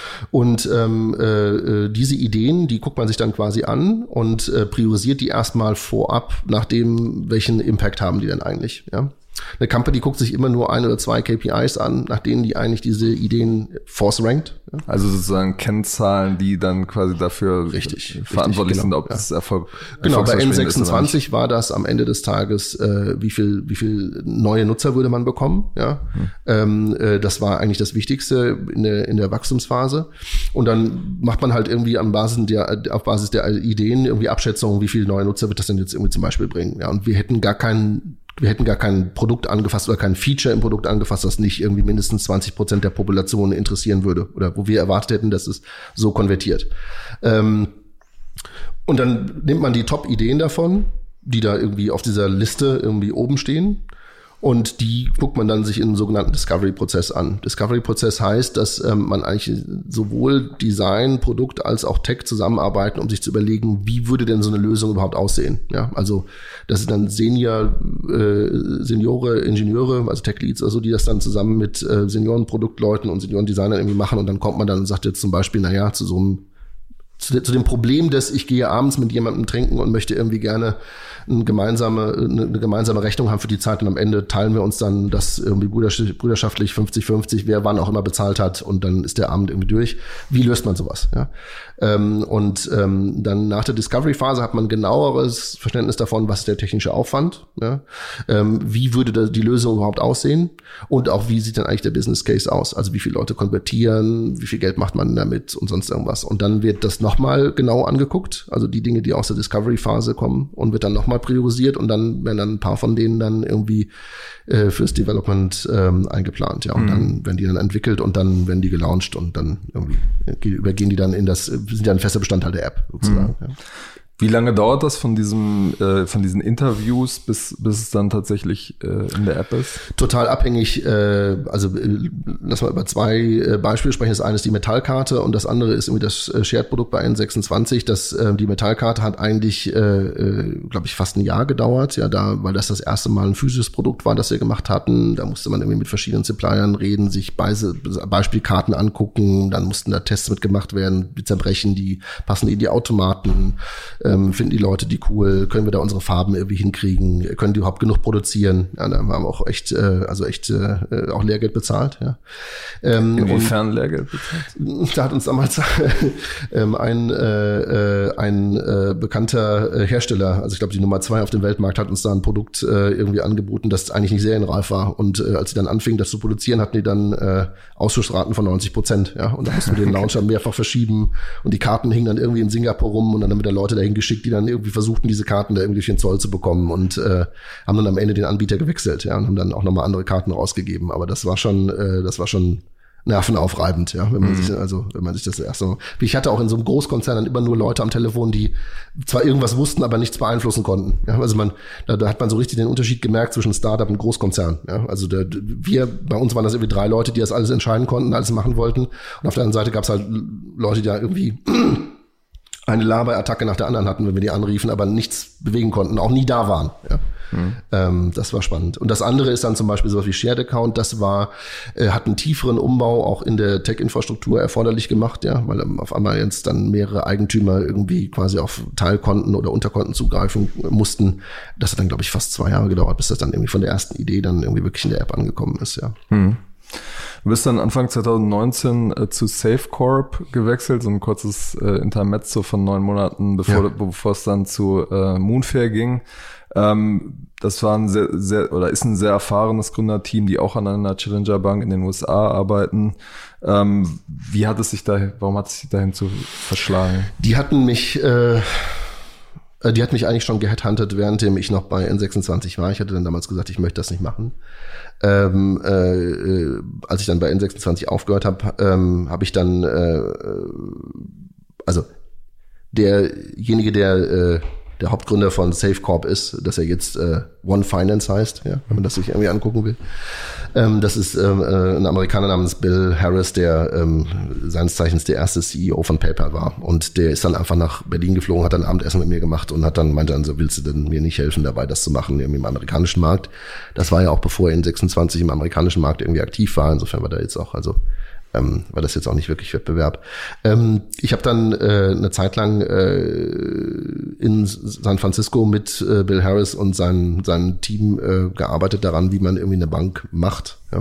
Und ähm, äh, diese Ideen, die guckt man sich dann quasi an und äh, priorisiert die erstmal vorab nach dem, welchen Impact haben die denn eigentlich. Ja? Eine Company guckt sich immer nur ein oder zwei K P Is an, nach denen die eigentlich diese Ideen force-ranked. Ja? Also sozusagen Kennzahlen, die dann quasi dafür richtig, verantwortlich richtig, sind, genau, ob das ja. Erfolg Genau, bei N sechsundzwanzig war das am Ende des Tages, äh, wie viel wie viel neue Nutzer würde man bekommen. Ja, hm. ähm, äh, das war eigentlich das Wichtigste in der in der Wachstumsphase. Und dann macht man halt irgendwie an Basis der auf Basis der Ideen irgendwie Abschätzungen, wie viele neue Nutzer wird das denn jetzt irgendwie zum Beispiel bringen. Ja, und wir hätten gar keinen Wir hätten gar kein Produkt angefasst oder kein Feature im Produkt angefasst, das nicht irgendwie mindestens zwanzig Prozent der Population interessieren würde oder wo wir erwartet hätten, dass es so konvertiert. Ähm, und dann nimmt man die Top-Ideen davon, die da irgendwie auf dieser Liste irgendwie oben stehen. Und die guckt man dann sich in einen sogenannten Discovery-Prozess an. Discovery-Prozess heißt, dass ähm, man eigentlich sowohl Design, Produkt als auch Tech zusammenarbeiten, um sich zu überlegen, wie würde denn so eine Lösung überhaupt aussehen. Ja, also das sind dann Senior, äh, Seniore, Ingenieure, also Tech-Leads, also die das dann zusammen mit äh, Senioren-Produktleuten und Senioren-Designern irgendwie machen. Und dann kommt man dann und sagt jetzt zum Beispiel, na ja, zu so einem zu, zu dem Problem, dass ich gehe abends mit jemandem trinken und möchte irgendwie gerne eine gemeinsame, eine gemeinsame Rechnung haben für die Zeit und am Ende teilen wir uns dann das irgendwie brüderschaftlich fünfzig fünfzig, wer wann auch immer bezahlt hat und dann ist der Abend irgendwie durch. Wie löst man sowas? Ja? Ähm, und ähm, dann nach der Discovery-Phase hat man genaueres Verständnis davon, was ist der technische Aufwand, ja? ähm, wie würde die Lösung überhaupt aussehen und auch wie sieht dann eigentlich der Business Case aus? Also wie viele Leute konvertieren, wie viel Geld macht man damit und sonst irgendwas. Und dann wird das nochmal genau angeguckt, also die Dinge, die aus der Discovery-Phase kommen und wird dann nochmal priorisiert und dann werden dann ein paar von denen dann irgendwie äh, fürs Development ähm, eingeplant, ja. Und mhm. dann werden die dann entwickelt und dann werden die gelauncht und dann irgendwie übergehen die dann in das, sind ja ein fester Bestandteil der App sozusagen. Mhm. Ja. Wie lange dauert das von diesem, äh, von diesen Interviews, bis, bis es dann tatsächlich äh, in der App ist? Total abhängig. Äh, also äh, lass mal über zwei äh, Beispiele sprechen. Das eine ist die Metallkarte und das andere ist irgendwie das äh, Shared-Produkt bei N sechsundzwanzig. Das äh, die Metallkarte hat eigentlich, äh, äh, glaube ich, fast ein Jahr gedauert, ja, da, weil das das erste Mal ein physisches Produkt war, das wir gemacht hatten. Da musste man irgendwie mit verschiedenen Suppliern reden, sich Beise, Beispielkarten angucken, dann mussten da Tests mitgemacht werden, die zerbrechen, die passen in die Automaten. Ähm, finden die Leute die cool? Können wir da unsere Farben irgendwie hinkriegen? Können die überhaupt genug produzieren? Ja, da haben wir auch echt, äh, also echt äh, auch Lehrgeld bezahlt. Ja. Ähm, Inwiefern Lehrgeld bezahlt? Da hat uns damals ähm, ein äh, ein äh, bekannter äh, Hersteller, also ich glaube die Nummer zwei auf dem Weltmarkt, hat uns da ein Produkt äh, irgendwie angeboten, das eigentlich nicht serienreif war. Und äh, als sie dann anfingen, das zu produzieren, hatten die dann äh, Ausschussraten von neunzig Prozent. Ja, und da mussten wir den Launcher mehrfach verschieben und die Karten hingen dann irgendwie in Singapur rum und dann haben wir da Leute dahin geschickt, die dann irgendwie versuchten, diese Karten da irgendwie durch den Zoll zu bekommen und äh, haben dann am Ende den Anbieter gewechselt, ja, und haben dann auch nochmal andere Karten rausgegeben. Aber das war schon, äh, das war schon nervenaufreibend, ja, wenn man mhm. sich, also wenn man sich das erste Mal. Ich hatte auch in so einem Großkonzern dann immer nur Leute am Telefon, die zwar irgendwas wussten, aber nichts beeinflussen konnten. Ja, also man, da, da hat man so richtig den Unterschied gemerkt zwischen Startup und Großkonzern. Ja, also der, wir, bei uns waren das irgendwie drei Leute, die das alles entscheiden konnten, alles machen wollten. Und auf der anderen Seite gab es halt Leute, die da irgendwie eine Laberattacke nach der anderen hatten, wenn wir die anriefen, aber nichts bewegen konnten, auch nie da waren. Ja. Mhm. Ähm, das war spannend. Und das andere ist dann zum Beispiel sowas wie Shared Account. Das war, äh, hat einen tieferen Umbau auch in der Tech-Infrastruktur erforderlich gemacht, ja, weil ähm, auf einmal jetzt dann mehrere Eigentümer irgendwie quasi auf Teilkonten oder Unterkonten zugreifen mussten. Das hat dann, glaube ich, fast zwei Jahre gedauert, bis das dann irgendwie von der ersten Idee dann irgendwie wirklich in der App angekommen ist, ja. Mhm. Du bist dann Anfang zwanzig neunzehn äh, zu SafeCorp gewechselt, so ein kurzes äh, Intermezzo von neun Monaten, bevor, ja. bevor es dann zu äh, Moonfair ging. Ähm, das war ein sehr, sehr, oder ist ein sehr erfahrenes Gründerteam, die auch an einer Challenger Bank in den U S A arbeiten. Ähm, wie hat es sich da, warum hat es sich dahin zu verschlagen? Die hatten mich, äh, die hat mich eigentlich schon geheadhuntet, währenddem ich noch bei N sechsundzwanzig war. Ich hatte dann damals gesagt, ich möchte das nicht machen. Ähm, äh, als ich dann bei N sechsundzwanzig aufgehört habe, ähm, habe ich dann, äh, also derjenige, der äh, der Hauptgründer von SafeCorp ist, dass er jetzt äh, One Finance heißt, ja, wenn man das sich irgendwie angucken will. Ähm, das ist ähm, äh, ein Amerikaner namens Bill Harris, der ähm, seines Zeichens der erste C E O von PayPal war. Und der ist dann einfach nach Berlin geflogen, hat dann Abendessen mit mir gemacht und hat dann meinte dann so, willst du denn mir nicht helfen dabei, das zu machen irgendwie im amerikanischen Markt? Das war ja auch bevor er in sechsundzwanzig im amerikanischen Markt irgendwie aktiv war. Insofern war da jetzt auch, also Ähm, war das jetzt auch nicht wirklich Wettbewerb. Ähm, ich habe dann äh, eine Zeit lang äh, in San Francisco mit äh, Bill Harris und sein, seinem Team äh, gearbeitet daran, wie man irgendwie eine Bank macht. Ja.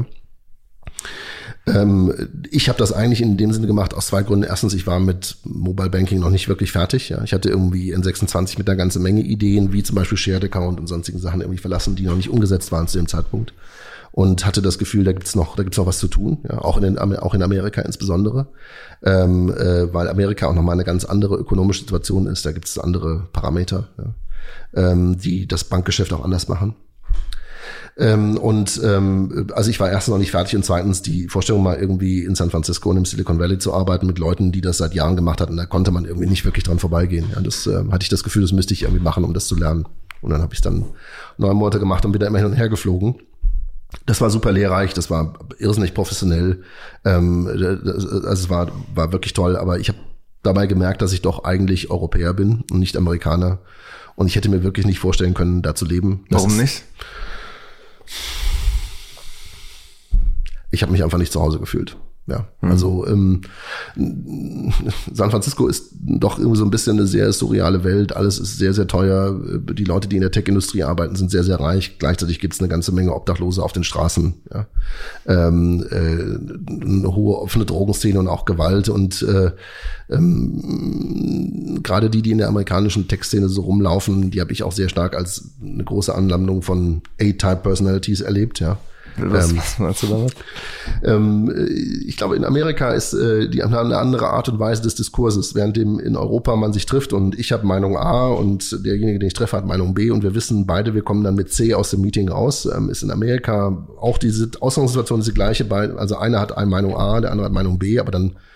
Ähm, ich habe das eigentlich in dem Sinne gemacht aus zwei Gründen. Erstens, ich war mit Mobile Banking noch nicht wirklich fertig. Ja. Ich hatte irgendwie in sechsundzwanzig mit einer ganzen Menge Ideen, wie zum Beispiel Shared Account und sonstigen Sachen irgendwie verlassen, die noch nicht umgesetzt waren zu dem Zeitpunkt. Und hatte das Gefühl, da gibt's noch, da gibt's noch was zu tun, ja, auch in den, auch in Amerika insbesondere, ähm, äh, weil Amerika auch nochmal eine ganz andere ökonomische Situation ist. Da gibt's andere Parameter, ja, ähm, die das Bankgeschäft auch anders machen. Ähm, und ähm, also ich war erstens noch nicht fertig und zweitens die Vorstellung, mal irgendwie in San Francisco und im Silicon Valley zu arbeiten mit Leuten, die das seit Jahren gemacht hatten, da konnte man irgendwie nicht wirklich dran vorbeigehen. Ja, das äh, hatte ich das Gefühl, das müsste ich irgendwie machen, um das zu lernen. Und dann habe ich dann neun Monate gemacht und bin da immer hin und her geflogen. Das war super lehrreich, das war irrsinnig professionell, ähm, also es war war wirklich toll, aber ich habe dabei gemerkt, dass ich doch eigentlich Europäer bin und nicht Amerikaner und ich hätte mir wirklich nicht vorstellen können, da zu leben. Das Warum ist, nicht? Ich habe mich einfach nicht zu Hause gefühlt. Ja, mhm. also ähm, San Francisco ist doch irgendwie so ein bisschen eine sehr surreale Welt. Alles ist sehr, sehr teuer. Die Leute, die in der Tech-Industrie arbeiten, sind sehr, sehr reich. Gleichzeitig gibt es eine ganze Menge Obdachlose auf den Straßen. Ja. Ähm, äh, eine hohe offene Drogenszene und auch Gewalt. Und äh, ähm, gerade die, die in der amerikanischen Tech-Szene so rumlaufen, die habe ich auch sehr stark als eine große Anlandung von A-Type-Personalities erlebt, ja. Was, ähm, was meinst du damit? Ähm, ich glaube, in Amerika ist äh, die haben eine andere Art und Weise des Diskurses, während dem in Europa man sich trifft und ich habe Meinung A und derjenige, den ich treffe, hat Meinung B und wir wissen beide, wir kommen dann mit C aus dem Meeting raus. Ähm, ist in Amerika auch diese Ausgangssituation ist die gleiche, bei, also einer hat eine Meinung A, der andere hat Meinung B, aber dann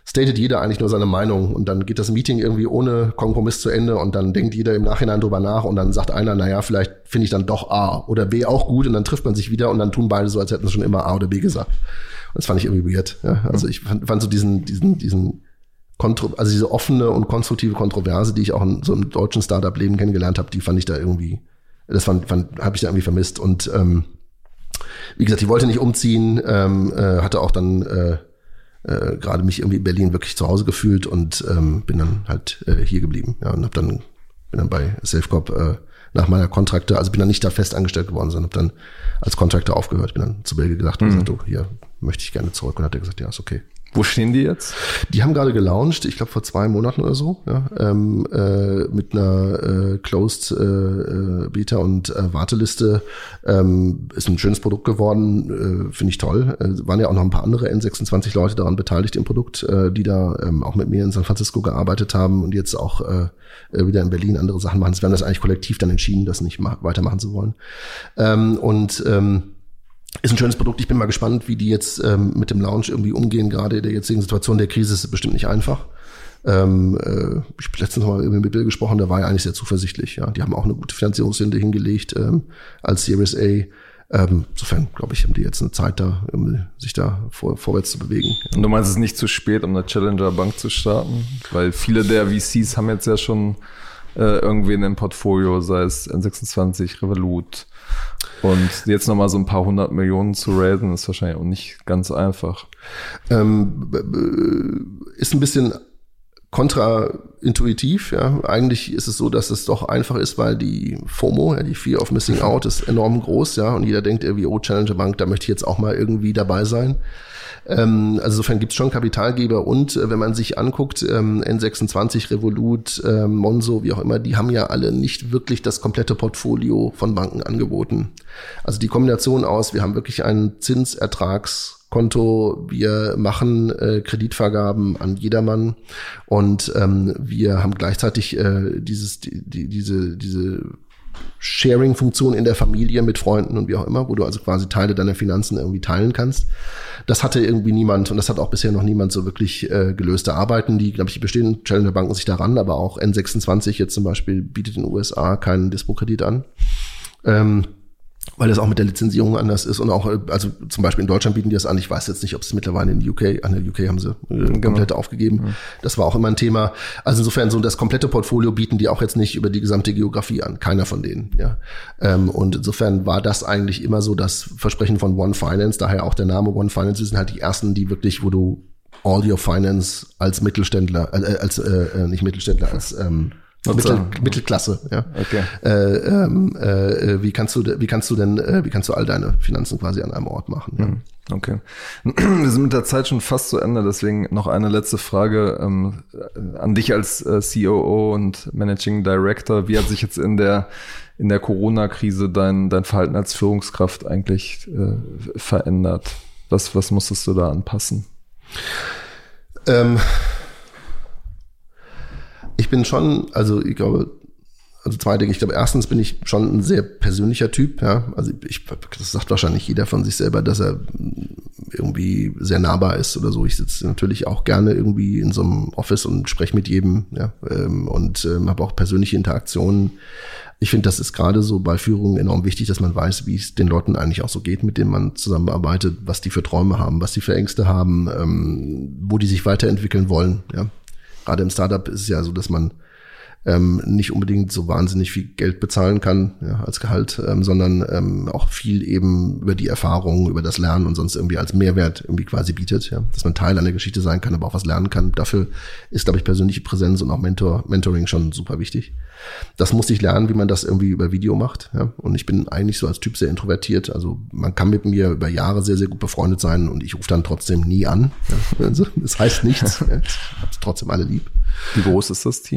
statet jeder eigentlich nur seine Meinung und dann geht das Meeting irgendwie ohne Kompromiss zu Ende und dann denkt jeder im Nachhinein drüber nach und dann sagt einer, naja, vielleicht finde ich dann doch A oder B auch gut und dann trifft man sich wieder und dann tun beide so, als hätten sie schon immer A oder B gesagt. Und das fand ich irgendwie weird. Ja? Also ich fand, fand so diesen, diesen, diesen Kontro- also diese offene und konstruktive Kontroverse, die ich auch in so einem deutschen Startup-Leben kennengelernt habe, die fand ich da irgendwie, das fand, fand habe ich da irgendwie vermisst und ähm, wie gesagt, ich wollte nicht umziehen, ähm, äh, hatte auch dann äh, äh, gerade mich irgendwie in Berlin wirklich zu Hause gefühlt und ähm, bin dann halt äh, hier geblieben. Ja, und hab dann bin dann bei Safecorp äh, nach meiner Kontrakte, also bin dann nicht da fest angestellt geworden, sondern hab dann als Contractor aufgehört, bin dann zu Belge gesagt und mhm. gesagt, oh, hier möchte ich gerne zurück und hat er gesagt, ja, ist okay. Wo stehen die jetzt? Die haben gerade gelauncht, ich glaube vor zwei Monaten oder so, ja, ähm, äh, mit einer äh, Closed äh, Beta und äh, Warteliste. Ähm, ist ein schönes Produkt geworden, äh, finde ich toll. Äh, waren ja auch noch ein paar andere N sechsundzwanzig Leute daran beteiligt im Produkt, äh, die da ähm, auch mit mir in San Francisco gearbeitet haben und jetzt auch äh, wieder in Berlin andere Sachen machen. Wir haben das eigentlich kollektiv dann entschieden, das nicht ma- weitermachen zu wollen. Ähm, und ähm, ist ein schönes Produkt. Ich bin mal gespannt, wie die jetzt ähm, mit dem Launch irgendwie umgehen. Gerade in der jetzigen Situation der Krise ist es bestimmt nicht einfach. Ähm, äh, ich habe letztens mal mit Bill gesprochen, der war ja eigentlich sehr zuversichtlich. Ja, die haben auch eine gute Finanzierungsrunde hingelegt ähm, als Series A. Ähm, insofern, glaube ich, haben die jetzt eine Zeit da, um sich da vor, vorwärts zu bewegen. Ja. Und du meinst, es ist nicht zu spät, um eine Challenger-Bank zu starten? Weil viele der V Cs haben jetzt ja schon äh, irgendwie in dem Portfolio, sei es N sechsundzwanzig, Revolut. Und jetzt nochmal so ein paar hundert Millionen zu raisen, ist wahrscheinlich auch nicht ganz einfach. Ähm, ist ein bisschen kontraintuitiv, ja. Eigentlich ist es so, dass es doch einfach ist, weil die FOMO, ja, die Fear of Missing Out, ist enorm groß, ja. Und jeder denkt irgendwie, oh, Challenger Bank, da möchte ich jetzt auch mal irgendwie dabei sein. Ähm, also insofern gibt's schon Kapitalgeber und äh, wenn man sich anguckt, ähm, N sechsundzwanzig, Revolut, äh, Monzo, wie auch immer, die haben ja alle nicht wirklich das komplette Portfolio von Banken angeboten. Also die Kombination aus, wir haben wirklich ein Zinsertragskonto, wir machen äh, Kreditvergaben an jedermann und ähm, wir haben gleichzeitig äh, dieses die, die, diese diese Sharing-Funktion in der Familie mit Freunden und wie auch immer, wo du also quasi Teile deiner Finanzen irgendwie teilen kannst. Das hatte irgendwie niemand und das hat auch bisher noch niemand so wirklich äh, gelöste Arbeiten. Die, glaube ich, die bestehenden Challenger-Banken sich daran, aber auch N sechsundzwanzig jetzt zum Beispiel bietet in den U S A keinen Dispo-Kredit an. Ähm, weil das auch mit der Lizenzierung anders ist und auch, also zum Beispiel in Deutschland bieten die das an. Ich weiß jetzt nicht, ob es mittlerweile in U K, an der U K haben sie äh, komplett genau. aufgegeben. Ja. Das war auch immer ein Thema. Also insofern so das komplette Portfolio bieten die auch jetzt nicht über die gesamte Geografie an. Keiner von denen, ja. Ähm, und insofern war das eigentlich immer so das Versprechen von One Finance, daher auch der Name One Finance. Wir sind halt die ersten, die wirklich, wo du all your finance als Mittelständler, äh, als, äh, nicht Mittelständler, als, ähm, Mittel, Mittelklasse, ja. Okay. Äh, ähm, äh, wie kannst du, wie kannst du denn, äh, wie kannst du all deine Finanzen quasi an einem Ort machen? Ja? Okay. Wir sind mit der Zeit schon fast zu Ende, deswegen noch eine letzte Frage ähm, an dich als äh, C O O und Managing Director. Wie hat sich jetzt in der in der Corona-Krise dein dein Verhalten als Führungskraft eigentlich äh, verändert? Was was musstest du da anpassen? Ähm. Ich bin schon, also ich glaube, also zwei Dinge. Ich glaube, erstens bin ich schon ein sehr persönlicher Typ, ja. Also ich, das sagt wahrscheinlich jeder von sich selber, dass er irgendwie sehr nahbar ist oder so. Ich sitze natürlich auch gerne irgendwie in so einem Office und spreche mit jedem, ja, und ähm, habe auch persönliche Interaktionen. Ich finde, das ist gerade so bei Führung enorm wichtig, dass man weiß, wie es den Leuten eigentlich auch so geht, mit denen man zusammenarbeitet, was die für Träume haben, was die für Ängste haben, ähm, wo die sich weiterentwickeln wollen, ja. Gerade im Startup ist es ja so, dass man ähm, nicht unbedingt so wahnsinnig viel Geld bezahlen kann, ja, als Gehalt, ähm, sondern ähm, auch viel eben über die Erfahrung, über das Lernen und sonst irgendwie als Mehrwert irgendwie quasi bietet, ja, dass man Teil einer Geschichte sein kann, aber auch was lernen kann. Dafür ist, glaube ich, persönliche Präsenz und auch Mentor, Mentoring schon super wichtig. Das musste ich lernen, wie man das irgendwie über Video macht, ja, und ich bin eigentlich so als Typ sehr introvertiert, also man kann mit mir über Jahre sehr, sehr gut befreundet sein und ich rufe dann trotzdem nie an, ja. Also, das heißt nichts, ja. Ich hab's trotzdem alle lieb. Wie groß ist das Team?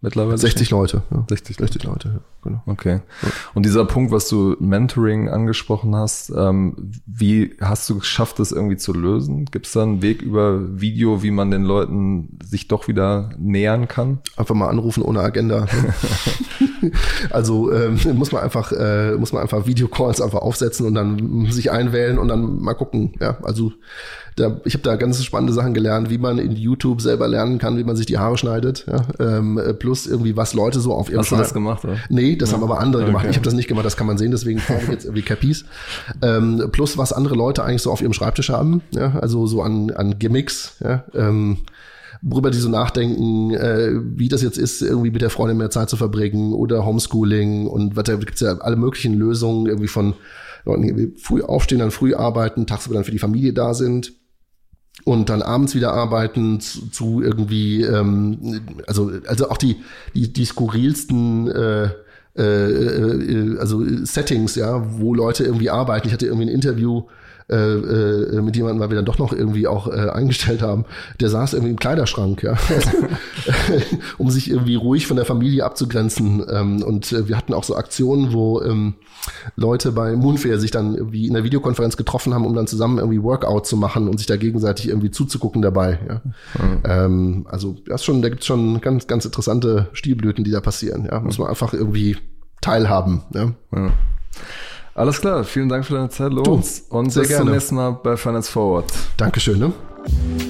mittlerweile? sechzig Leute. Ja. sechzig, sechzig Leute, ja, genau. Okay. Und dieser Punkt, was du Mentoring angesprochen hast, ähm, wie hast du geschafft, das irgendwie zu lösen? Gibt es da einen Weg über Video, wie man den Leuten sich doch wieder nähern kann? Einfach mal anrufen ohne Agenda. Also ähm, muss man einfach äh, muss man einfach Videocalls einfach aufsetzen und dann sich einwählen und dann mal gucken. Ja, also da, ich habe da ganz spannende Sachen gelernt, wie man in YouTube selber lernen kann, wie man sich die Haare schneidet. Ja, ähm, plus irgendwie, was Leute so auf ihrem Hast du das gemacht, oder? Nee, das ja. haben aber andere okay. gemacht. Ich habe das nicht gemacht, das kann man sehen, deswegen brauche ich jetzt irgendwie Cappies. Ähm, plus, was andere Leute eigentlich so auf ihrem Schreibtisch haben, ja, also so an, an Gimmicks, ja, ähm, worüber die so nachdenken, äh, wie das jetzt ist, irgendwie mit der Freundin mehr Zeit zu verbringen oder Homeschooling und was, da gibt's ja alle möglichen Lösungen irgendwie von Leuten, die früh aufstehen, dann früh arbeiten, tagsüber dann für die Familie da sind und dann abends wieder arbeiten zu, zu irgendwie, ähm, also also auch die die die skurrilsten äh, äh, also Settings, ja, wo Leute irgendwie arbeiten. Ich hatte irgendwie ein Interview Äh, äh, mit jemandem, weil wir dann doch noch irgendwie auch äh, eingestellt haben, der saß irgendwie im Kleiderschrank, ja, um sich irgendwie ruhig von der Familie abzugrenzen. Ähm, und äh, wir hatten auch so Aktionen, wo ähm, Leute bei Moonfair sich dann irgendwie in der Videokonferenz getroffen haben, um dann zusammen irgendwie Workout zu machen und sich da gegenseitig irgendwie zuzugucken dabei. Ja. Mhm. Ähm, also das ist schon, da gibt's schon ganz, ganz interessante Stilblüten, die da passieren. Ja, muss man einfach irgendwie teilhaben. Ja. Ja. Alles klar, vielen Dank für deine Zeit, Lorenz. Und bis zum nächsten Mal bei Finance Forward. Dankeschön. Ne?